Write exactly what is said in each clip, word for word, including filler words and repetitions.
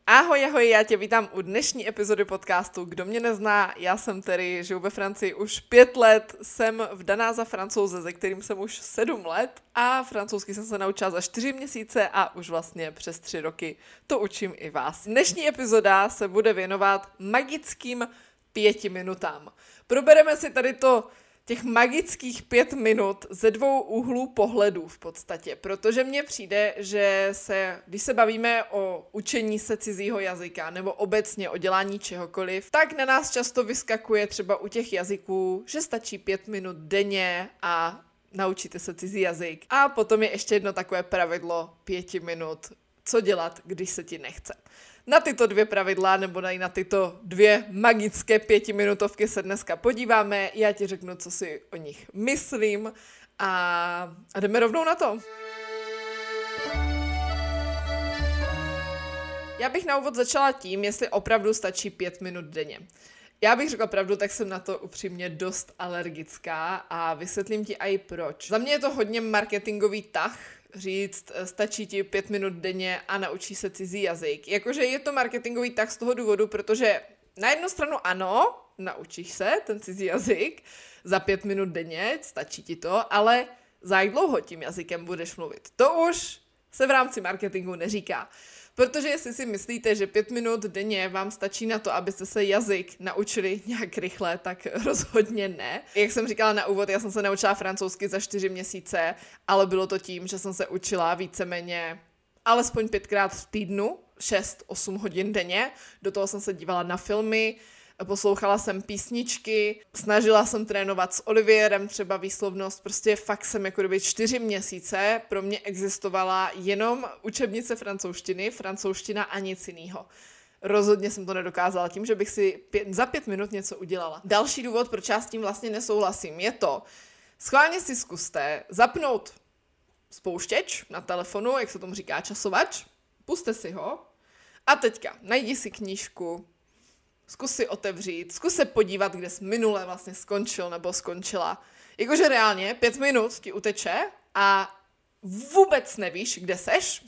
Ahoj, ahoj, já tě vítám u dnešní epizody podcastu. Kdo mě nezná, já jsem Terry, žiju ve Francii už pět let, jsem vdaná za Francouze, ze kterým jsem už sedm let a francouzsky jsem se naučila za čtyři měsíce a už vlastně přes tři roky to učím i vás. Dnešní epizoda se bude věnovat magickým pěti minutám. Probereme si tady to těch magických pět minut ze dvou úhlů pohledů v podstatě, protože mně přijde, že se, když se bavíme o učení se cizího jazyka nebo obecně o dělání čehokoliv, tak na nás často vyskakuje třeba u těch jazyků, že stačí pět minut denně a naučíte se cizí jazyk. A potom je ještě jedno takové pravidlo pěti minut, co dělat, když se ti nechce. Na tyto dvě pravidla nebo na tyto dvě magické pětiminutovky se dneska podíváme. Já ti řeknu, co si o nich myslím a, a jdeme rovnou na to. Já bych na úvod začala tím, jestli opravdu stačí pět minut denně. Já bych řekla pravdu, tak jsem na to upřímně dost alergická a vysvětlím ti i proč. Za mě je to hodně marketingový tah, říct, stačí ti pět minut denně a naučí se cizí jazyk. Jakože je to marketingový tah z toho důvodu, protože na jednu stranu ano, naučíš se ten cizí jazyk za pět minut denně, stačí ti to, ale za jak dlouho tím jazykem budeš mluvit? To už se v rámci marketingu neříká. Protože jestli si myslíte, že pět minut denně vám stačí na to, abyste se jazyk naučili nějak rychle, tak rozhodně ne. Jak jsem říkala na úvod, já jsem se naučila francouzsky za čtyři měsíce, ale bylo to tím, že jsem se učila víceméně alespoň pětkrát v týdnu, šest osm hodin denně. Do toho jsem se dívala na filmy, poslouchala jsem písničky, snažila jsem trénovat s Olivierem třeba výslovnost, prostě fakt jsem jako kdyby čtyři měsíce pro mě existovala jenom učebnice francouzštiny, francouzština a nic jinýho. Rozhodně jsem to nedokázala tím, že bych si pět, za pět minut něco udělala. Další důvod, proč já s tím vlastně nesouhlasím, je to, schválně si zkuste zapnout spouštěč na telefonu, jak se tomu říká časovač, puste si ho a teďka najdi si knížku, zkus si otevřít, zkus se podívat, kde jsi minule vlastně skončil nebo skončila. Jakože reálně pět minut ti uteče a vůbec nevíš, kde seš.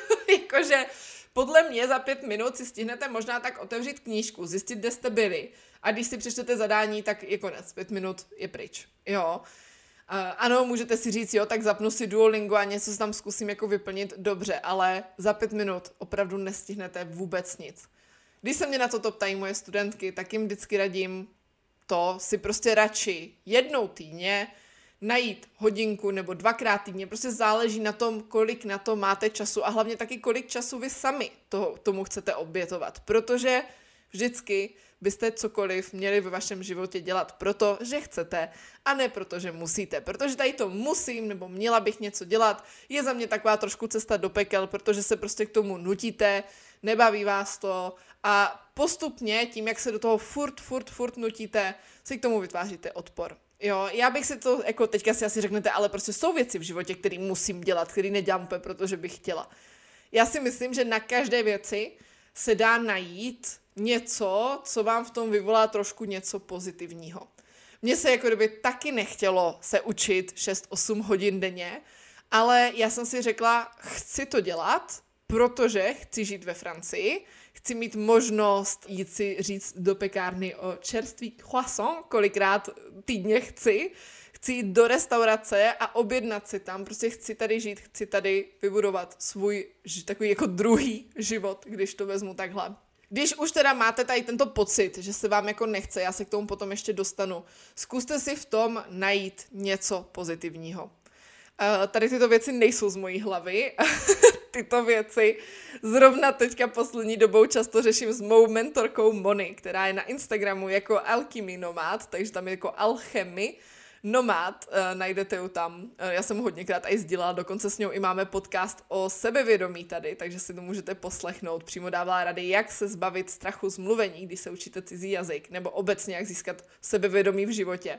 Jakože podle mě za pět minut si stihnete možná tak otevřít knížku, zjistit, kde jste byli. A když si přečtete zadání, tak je konec. Pět minut je pryč. Jo. Uh, ano, můžete si říct, jo, tak zapnu si Duolingo a něco tam zkusím jako vyplnit. Dobře, ale za pět minut opravdu nestihnete vůbec nic. Když se mě na toto ptají moje studentky, tak jim vždycky radím to si prostě radši jednou týdně najít hodinku nebo dvakrát týdně. Prostě záleží na tom, kolik na to máte času a hlavně taky kolik času vy sami toho, tomu chcete obětovat. Protože vždycky byste cokoliv měli ve vašem životě dělat proto, že chcete a ne proto, že musíte. Protože tady to musím nebo měla bych něco dělat je za mě taková trošku cesta do pekel, protože se prostě k tomu nutíte, nebaví vás to a postupně tím, jak se do toho furt, furt, furt nutíte, si k tomu vytváříte odpor. Jo, já bych si to, jako teďka si asi řeknete, ale prostě jsou věci v životě, které musím dělat, které nedělám úplně, protože bych chtěla. Já si myslím, že na každé věci se dá najít něco, co vám v tom vyvolá trošku něco pozitivního. Mně se jako kdyby taky nechtělo se učit šest osm hodin denně, ale já jsem si řekla, chci to dělat, protože chci žít ve Francii, chci mít možnost jít si říct do pekárny o čerstvý croissant, kolikrát týdně chci, chci jít do restaurace a objednat si tam, prostě chci tady žít, chci tady vybudovat svůj takový jako druhý život, když to vezmu takhle. Když už teda máte tady tento pocit, že se vám jako nechce, já se k tomu potom ještě dostanu, zkuste si v tom najít něco pozitivního. Uh, tady tyto věci nejsou z mojí hlavy, tyto věci zrovna teďka poslední dobou často řeším s mou mentorkou Moni, která je na Instagramu jako Alchemy Nomad, takže tam je jako Alchemy Nomad, uh, najdete ju tam, uh, já jsem ho hodněkrát i sdílela, dokonce s ní i máme podcast o sebevědomí tady, takže si to můžete poslechnout, přímo dávala rady, jak se zbavit strachu z mluvení, když se učíte cizí jazyk, nebo obecně jak získat sebevědomí v životě.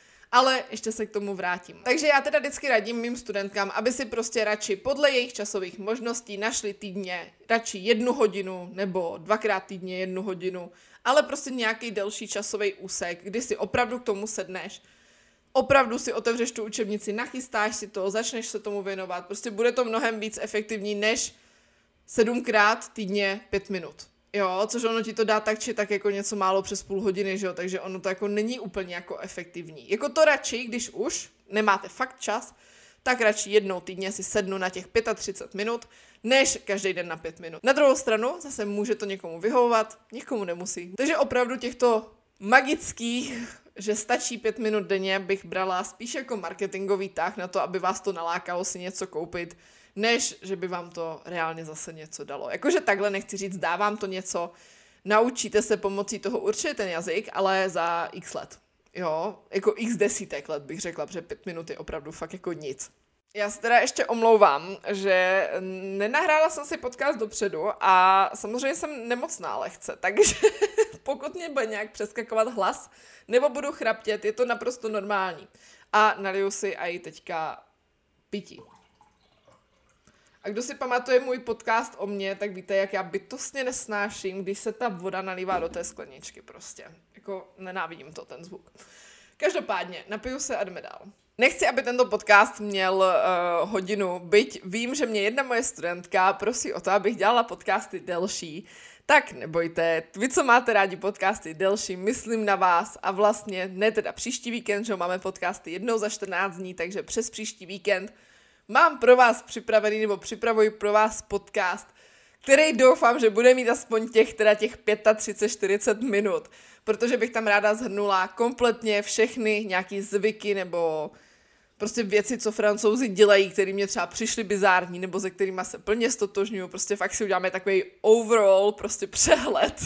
Ale ještě se k tomu vrátím. Takže já teda vždycky radím mým studentkám, aby si prostě radši podle jejich časových možností našli týdně radši jednu hodinu nebo dvakrát týdně jednu hodinu, ale prostě nějaký delší časový úsek, kdy si opravdu k tomu sedneš, opravdu si otevřeš tu učebnici, nachystáš si to, začneš se tomu věnovat, prostě bude to mnohem víc efektivní, než sedmkrát týdně pět minut. Jo, což ono ti to dá tak, či tak jako něco málo přes půl hodiny, že jo, takže ono to jako není úplně jako efektivní. Jako to radši, když už nemáte fakt čas, tak radši jednou týdně si sednu na těch třicet pět minut, než každý den na pět minut. Na druhou stranu zase může to někomu vyhovovat, někomu nemusí. Takže opravdu těchto magických, že stačí pět minut denně, bych brala spíš jako marketingový tah na to, aby vás to nalákalo si něco koupit, než že by vám to reálně zase něco dalo. Jakože takhle nechci říct, dávám to něco, naučíte se pomocí toho určitě ten jazyk, ale za x let. Jo, jako x desítek let bych řekla, protože pět minut je opravdu fakt jako nic. Já se teda ještě omlouvám, že nenahrála jsem si podcast dopředu a samozřejmě jsem nemocná lehce, takže pokud mě bude nějak přeskakovat hlas nebo budu chraptět, je to naprosto normální. A naliju si i teďka pití. A kdo si pamatuje můj podcast o mně, tak víte, jak já bytostně nesnáším, když se ta voda nalívá do té skleničky prostě. Jako nenávidím to, ten zvuk. Každopádně, napiju se a jdeme dál. Nechci, aby tento podcast měl uh, hodinu, byť vím, že mě jedna moje studentka prosí o to, abych dělala podcasty delší, tak nebojte, vy, co máte rádi podcasty delší, myslím na vás a vlastně ne teda příští víkend, že máme podcasty jednou za čtrnáct dní, takže přes příští víkend mám pro vás připravený, nebo připravuji pro vás podcast, který doufám, že bude mít aspoň těch, teda těch třicet pět čtyřicet minut, protože bych tam ráda shrnula kompletně všechny nějaký zvyky nebo prostě věci, co Francouzi dělají, které mě třeba přišly bizární, nebo se kterými se plně stotožňuju, prostě fakt si uděláme takový overall prostě přehled.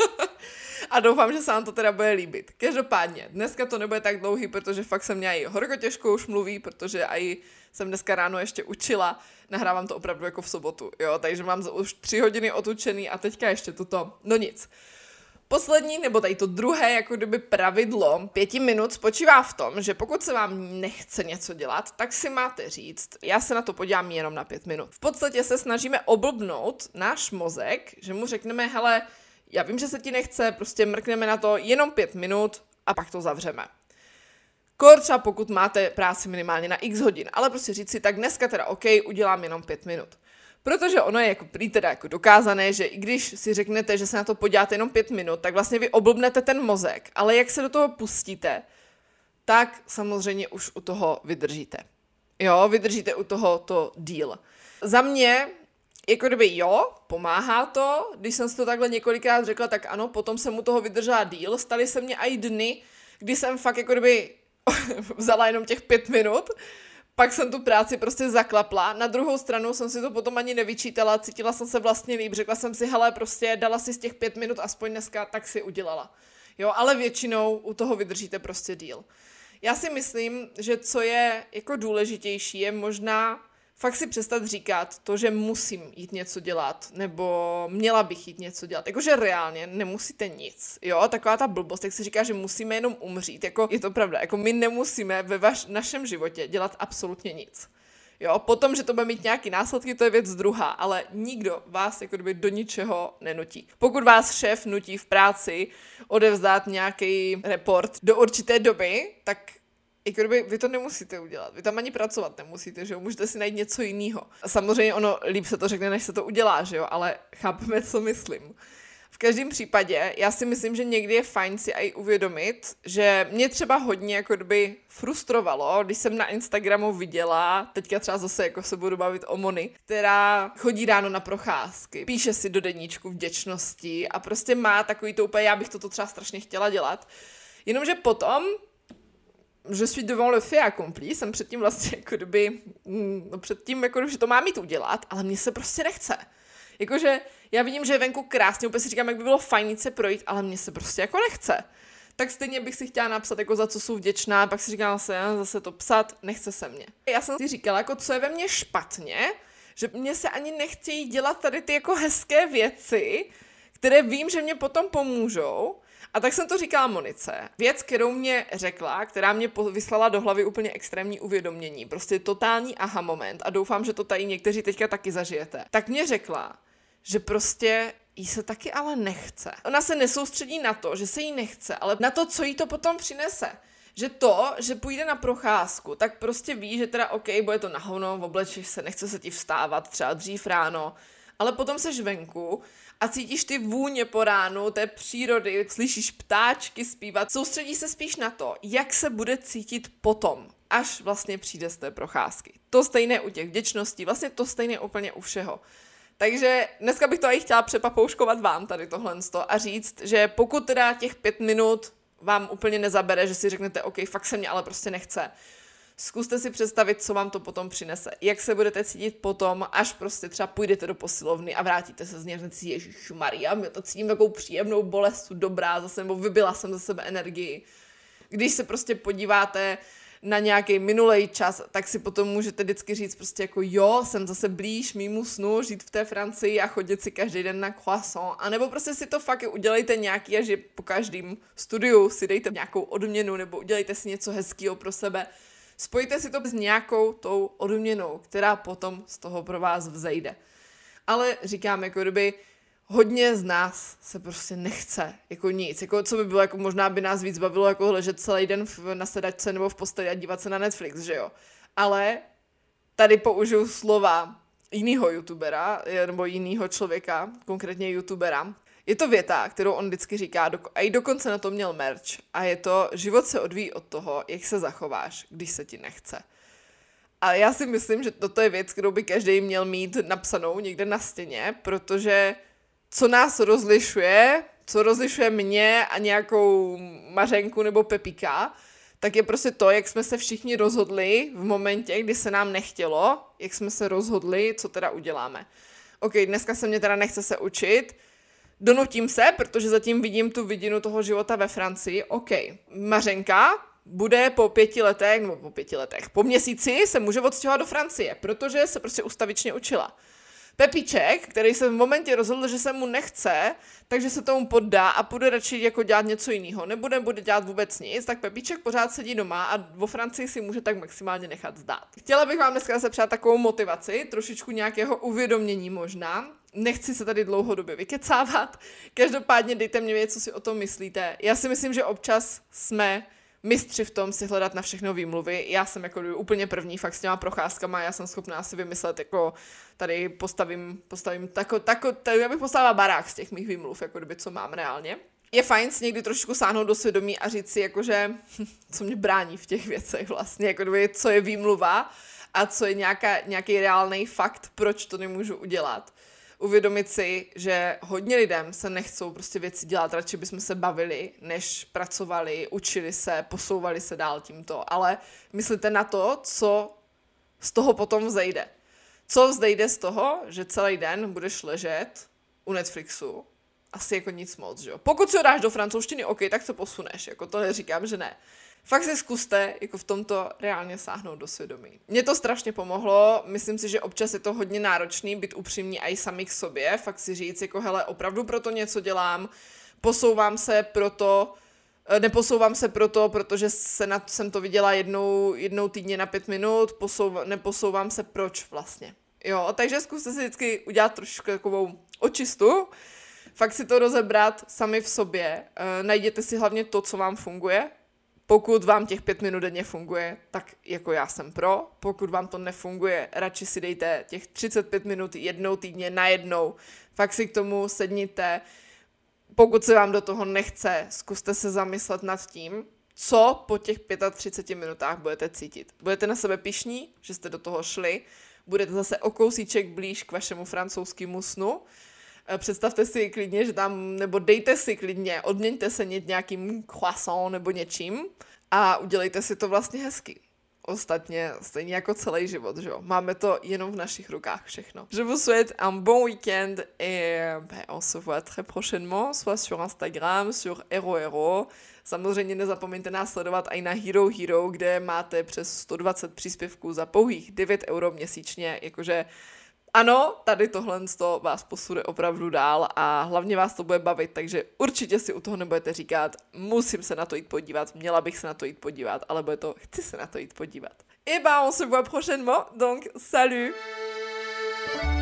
A doufám, že se vám to teda bude líbit. Každopádně, dneska to nebude tak dlouhý, protože fakt jsem měla i horko těžko už mluví, protože i jsem dneska ráno ještě učila, nahrávám to opravdu jako v sobotu, jo, takže mám už tři hodiny odučený a teďka ještě toto, no nic. Poslední, nebo tady to druhé, jako kdyby pravidlo pěti minut spočívá v tom, že pokud se vám nechce něco dělat, tak si máte říct, já se na to podívám jenom na pět minut. V podstatě se snažíme oblbnout náš mozek, že mu řekneme, hele, já vím, že se ti nechce, prostě mrkneme na to jenom pět minut a pak to zavřeme. Kor třeba pokud máte práci minimálně na x hodin, ale prostě říct si, tak dneska teda OK, udělám jenom pět minut. Protože ono je jako prý teda jako dokázané, že i když si řeknete, že se na to podíváte jenom pět minut, tak vlastně vy oblbnete ten mozek, ale jak se do toho pustíte, tak samozřejmě už u toho vydržíte. Jo, vydržíte u toho to díl. Za mě, jako kdyby jo, pomáhá to, když jsem si to takhle několikrát řekla, tak ano, potom jsem u toho vydržela díl, staly se mně i dny, kdy jsem fakt jako kdyby vzala jenom těch pět minut, pak jsem tu práci prostě zaklapla. Na druhou stranu jsem si to potom ani nevyčítala, cítila jsem se vlastně líp, řekla jsem si, hele, prostě dala si z těch pět minut aspoň dneska, tak si udělala. Jo, ale většinou u toho vydržíte prostě díl. Já si myslím, že co je jako důležitější, je možná fakt si přestat říkat to, že musím jít něco dělat, nebo měla bych jít něco dělat. Jakože reálně nemusíte nic, jo, taková ta blbost, jak se říká, že musíme jenom umřít, jako je to pravda, jako my nemusíme ve vaš, našem životě dělat absolutně nic. Jo, potom, že to bude mít nějaký následky, to je věc druhá, ale nikdo vás jako kdyby do ničeho nenutí. Pokud vás šéf nutí v práci odevzdat nějaký report do určité doby, tak jako kdyby vy to nemusíte udělat, vy tam ani pracovat nemusíte, že jo, můžete si najít něco jiného. Samozřejmě ono líp se to řekne, než se to udělá, že jo, ale chápeme, co myslím. V každém případě, já si myslím, že někdy je fajn si i uvědomit, že mě třeba hodně jako kdyby frustrovalo, když jsem na Instagramu viděla, teďka třeba zase jako se budu bavit o Moni, která chodí ráno na procházky, píše si do deníčku vděčnosti a prostě má takový to úplně, já bych toto třeba strašně chtěla dělat, jenomže potom je suis devant le fait accompli, jsem předtím vlastně jako kdyby, no předtím jako že to mám mít udělat, ale mně se prostě nechce. Jakože já vidím, že je venku krásně, úplně si říkám, jak by bylo fajn se projít, ale mně se prostě jako nechce. Tak stejně bych si chtěla napsat, jako za co jsou vděčná, pak si říkala se, zase to psat, nechce se mě. Já jsem si říkala, jako co je ve mně špatně, že mě se ani nechtějí dělat tady ty jako hezké věci, které vím, že mě potom pomůžou. A tak jsem to říkala Monice. Věc, kterou mě řekla, která mě vyslala do hlavy úplně extrémní uvědomění, prostě totální aha moment a doufám, že to tady někteří teďka taky zažijete. Tak mě řekla, že prostě jí se taky ale nechce. Ona se nesoustředí na to, že se jí nechce, ale na to, co jí to potom přinese. Že to, že půjde na procházku, tak prostě ví, že teda OK, bude to na hovno, oblečeš se, nechce se ti vstávat třeba dřív ráno, ale potom seš venku a cítíš ty vůně po ránu, té přírody, slyšíš ptáčky zpívat, soustředí se spíš na to, jak se bude cítit potom, až vlastně přijde z té procházky. To stejné u těch vděčností, vlastně to stejné úplně u všeho. Takže dneska bych to i chtěla přepapouškovat vám tady tohle a říct, že pokud teda těch pět minut vám úplně nezabere, že si řeknete, OK, fakt se mě ale prostě nechce, zkuste si představit, co vám to potom přinese. Jak se budete cítit potom, až prostě třeba půjdete do posilovny a vrátíte se z něj a řeknete si, ježišmarja, já to cítím takovou příjemnou bolest, dobrá zase, nebo vybila jsem ze sebe energii. Když se prostě podíváte na nějaký minulej čas, tak si potom můžete vždycky říct prostě jako jo, jsem zase blíž mýmu snu, žít v té Francii a chodit si každý den na croissant, anebo prostě si to fakt udělejte nějaký a že po každém studiu si dejte nějakou odměnu nebo udělejte si něco hezkého pro sebe. Spojte si to s nějakou tou odměnou, která potom z toho pro vás vzejde. Ale říkám, jako kdyby hodně z nás se prostě nechce, jako nic, jako co by bylo, jako možná by nás víc bavilo, jako ležet celý den v, na sedačce nebo v posteli a dívat se na Netflix, že jo. Ale tady použiju slova jinýho youtubera, nebo jinýho člověka, konkrétně youtubera. Je to věta, kterou on vždycky říká, a i dokonce na to měl merch, a je to, život se odvíjí od toho, jak se zachováš, když se ti nechce. A já si myslím, že toto je věc, kterou by každý měl mít napsanou někde na stěně, protože co nás rozlišuje, co rozlišuje mě a nějakou Mařenku nebo Pepíka, tak je prostě to, jak jsme se všichni rozhodli v momentě, kdy se nám nechtělo, jak jsme se rozhodli, co teda uděláme. OK, dneska se mě teda nechce se učit, donutím se, protože zatím vidím tu vidinu toho života ve Francii. OK, Mařenka bude po pěti letech, nebo po pěti letech, po měsíci se může odstěhovat do Francie, protože se prostě ustavičně učila. Pepíček, který se v momentě rozhodl, že se mu nechce, takže se tomu poddá a půjde radši jako dělat něco jiného. Nebude bude dělat vůbec nic, tak Pepíček pořád sedí doma a vo Francii si může tak maximálně nechat zdát. Chtěla bych vám dneska zase přát takovou motivaci, trošičku nějakého uvědomění možná. Nechci se tady dlouhodobě vykecávat. Každopádně dejte mě vědět, co si o tom myslíte. Já si myslím, že občas jsme mistři v tom si hledat na všechno výmluvy. Já jsem jako úplně první fakt s těma procházkama, já jsem schopná si vymyslet, jako tady postavím, postavím tako, tako, tady já bych postavila barák z těch mých výmluv, jako kdyby co mám reálně. Je fajn si někdy trošku sáhnout do svědomí a říct si, jakože, co mě brání v těch věcech vlastně, jako kdyby, co je výmluva a co je nějaká, nějaký reálný fakt, proč to nemůžu udělat. Uvědomit si, že hodně lidem se nechcou prostě věci dělat, radši bychom se bavili, než pracovali, učili se, posouvali se dál tímto, ale myslíte na to, co z toho potom vzejde. Co vzejde z toho, že celý den budeš ležet u Netflixu, asi jako nic moc, že jo. Pokud si ho dáš do francouzštiny, OK, tak se posuneš, jako to neříkám, že ne. Fakt si zkuste jako v tomto reálně sáhnout do svědomí. Mně to strašně pomohlo, myslím si, že občas je to hodně náročný být upřímný i sami k sobě, fakt si říct jako hele, opravdu proto něco dělám, posouvám se proto, neposouvám se proto, protože se na, jsem to viděla jednou, jednou týdně na pět minut, posouv, neposouvám se proč vlastně. Jo, takže zkuste si vždycky udělat trošku takovou očistu, fakt si to rozebrat sami v sobě, e, najděte si hlavně to, co vám funguje. Pokud vám těch pět minut denně funguje, tak jako já jsem pro. Pokud vám to nefunguje, radši si dejte těch třicet pět minut jednou týdně najednou. Fakt si k tomu sedněte. Pokud se vám do toho nechce, zkuste se zamyslet nad tím, co po těch třiceti pěti minutách budete cítit. Budete na sebe pyšní, že jste do toho šli, budete zase o kousíček blíž k vašemu francouzskému snu. Představte si klidně, že tam, nebo dejte si klidně, odměňte se nějakým croissant nebo něčím a udělejte si to vlastně hezky. Ostatně stejně jako celý život, že jo. Máme to jenom v našich rukách všechno. Je vous souhaite un bon week-end et ben, on se voit très prochainement, soit sur Instagram, sur Hero Hero. Samozřejmě nezapomeňte nás sledovat i na Hero Hero, kde máte přes sto dvacet příspěvků za pouhých devět euro měsíčně, jakože ano, tady tohle vás posune opravdu dál a hlavně vás to bude bavit, takže určitě si u toho nebudete říkat, musím se na to jít podívat, měla bych se na to jít podívat, ale bude to, chci se na to jít podívat. Et bah, on se voit prochainement, donc salut!